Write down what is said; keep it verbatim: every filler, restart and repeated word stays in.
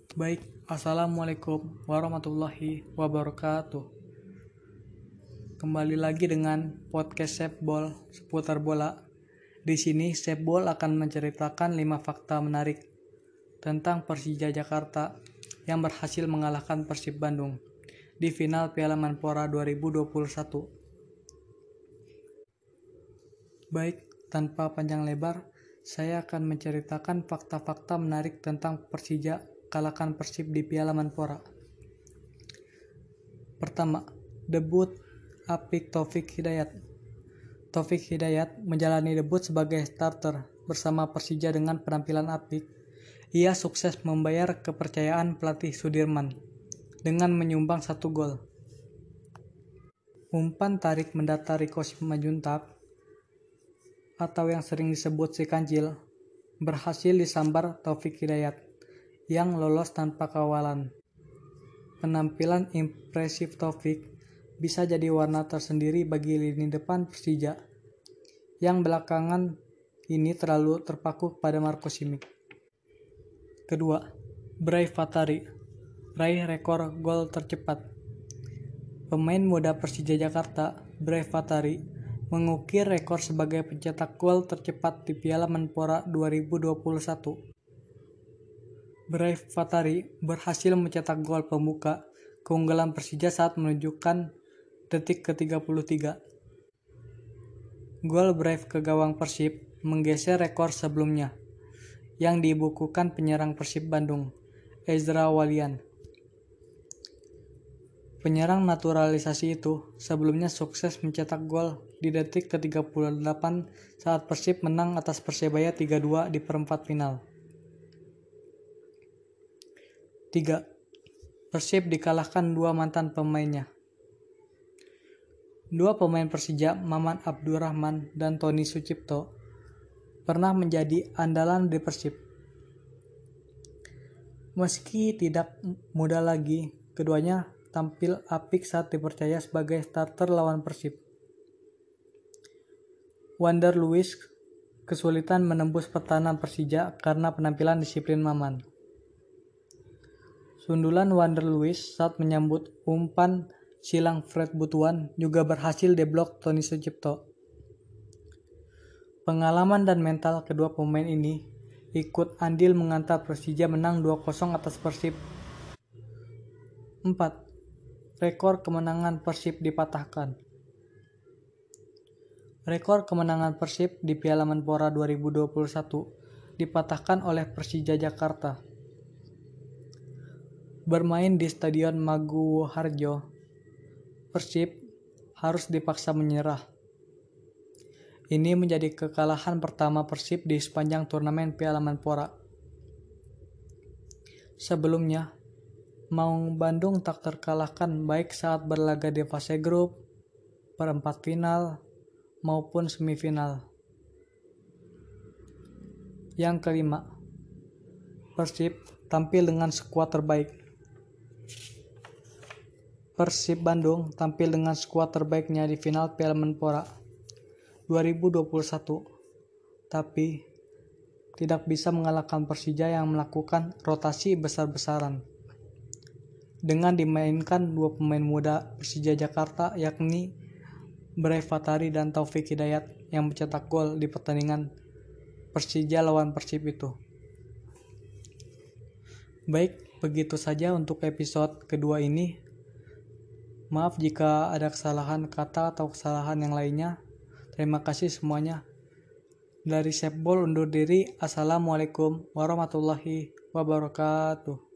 Baik, Assalamualaikum warahmatullahi wabarakatuh. Kembali lagi dengan podcast Sepbol seputar bola. Di sini Sepbol akan menceritakan lima fakta menarik tentang Persija Jakarta yang berhasil mengalahkan Persib Bandung di final Piala Menpora dua ribu dua puluh satu. Baik, tanpa panjang lebar, saya akan menceritakan fakta-fakta menarik tentang Persija kalahkan Persib di Piala Menpora. Pertama, debut Apik Taufik Hidayat. Taufik Hidayat menjalani debut sebagai starter bersama Persija dengan penampilan apik. Ia sukses membayar kepercayaan pelatih Sudirman dengan menyumbang satu gol. Umpan tarik mendata Riko Simanjuntak atau yang sering disebut si kancil berhasil disambar Taufik Hidayat yang lolos tanpa kawalan. Penampilan impresif Taufik bisa jadi warna tersendiri bagi lini depan Persija yang belakangan ini terlalu terpaku pada Marco Simic. Kedua, Bray Fatari raih rekor gol tercepat. Pemain muda Persija Jakarta, Bray Fatari, mengukir rekor sebagai pencetak gol tercepat di Piala Menpora dua ribu dua puluh satu. Bray Fatari berhasil mencetak gol pembuka keunggulan Persija saat menunjukkan detik ke tiga puluh tiga. Gol Brave ke gawang Persib menggeser rekor sebelumnya yang dibukukan penyerang Persib Bandung, Ezra Walian. Penyerang naturalisasi itu sebelumnya sukses mencetak gol di detik ke tiga puluh delapan saat Persib menang atas Persebaya tiga dua di perempat final. tiga. Persib dikalahkan dua mantan pemainnya. Dua pemain Persija, Maman Abdurrahman dan Tony Sucipto, pernah menjadi andalan di Persib. Meski tidak muda lagi, keduanya tampil apik saat dipercaya sebagai starter lawan Persib. Wander Luiz kesulitan menembus pertahanan Persija karena penampilan disiplin Maman. Sundulan Wander Luiz saat menyambut umpan silang Fred Butuan juga berhasil deblok Tony Sucipto. Pengalaman dan mental kedua pemain ini ikut andil mengantar Persija menang dua kosong atas Persib. empat. Rekor kemenangan Persib dipatahkan. Rekor kemenangan Persib di Piala Menpora dua ribu dua puluh satu dipatahkan oleh Persija Jakarta. Bermain di Stadion Maguwo Harjo, Persib harus dipaksa menyerah. Ini menjadi kekalahan pertama Persib di sepanjang turnamen Piala Menpora. Sebelumnya, Maung Bandung tak terkalahkan baik saat berlaga di fase grup, perempat final, maupun semifinal. Yang kelima, Persib tampil dengan skuad terbaik. Persib Bandung tampil dengan skuad terbaiknya di final Piala Menpora dua ribu dua puluh satu, tapi tidak bisa mengalahkan Persija yang melakukan rotasi besar-besaran dengan dimainkan dua pemain muda Persija Jakarta yakni Bray Fatari dan Taufik Hidayat yang mencetak gol di pertandingan Persija lawan Persib itu. Baik, begitu saja untuk episode kedua ini. Maaf jika ada kesalahan kata atau kesalahan yang lainnya. Terima kasih semuanya. Dari Sepbol undur diri. Assalamualaikum warahmatullahi wabarakatuh.